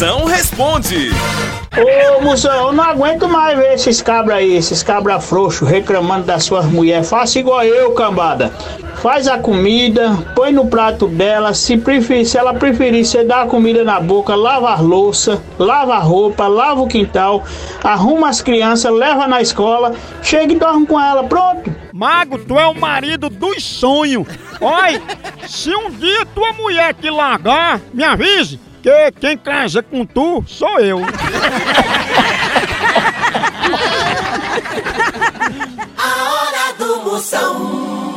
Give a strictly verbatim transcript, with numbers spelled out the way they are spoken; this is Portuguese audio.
Moção responde. Ô, Moção, eu não aguento mais ver esses cabras aí, esses cabras frouxos reclamando das suas mulheres. Faça igual eu, cambada. Faz a comida, põe no prato dela, se, preferir, se ela preferir, você dá a comida na boca, lava a louça, lava a roupa, lava o quintal, arruma as crianças, leva na escola, chega e dorme com ela, pronto. Mago, tu é o marido dos sonhos. Olha, se um dia tua mulher te largar, me avise, que quem casa com tu sou eu. A hora do Moção.